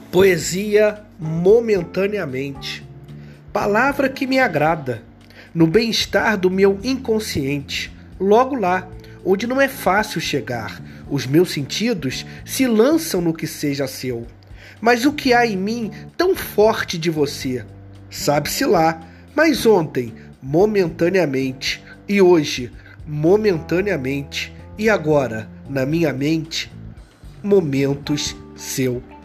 Poesia momentaneamente, palavra que me agrada, no bem-estar do meu inconsciente, logo lá, onde não é fácil chegar, os meus sentidos se lançam no que seja seu. Mas o que há em mim tão forte de você? Sabe-se lá, mas ontem, momentaneamente, e hoje, momentaneamente, e agora, na minha mente, momentos seu.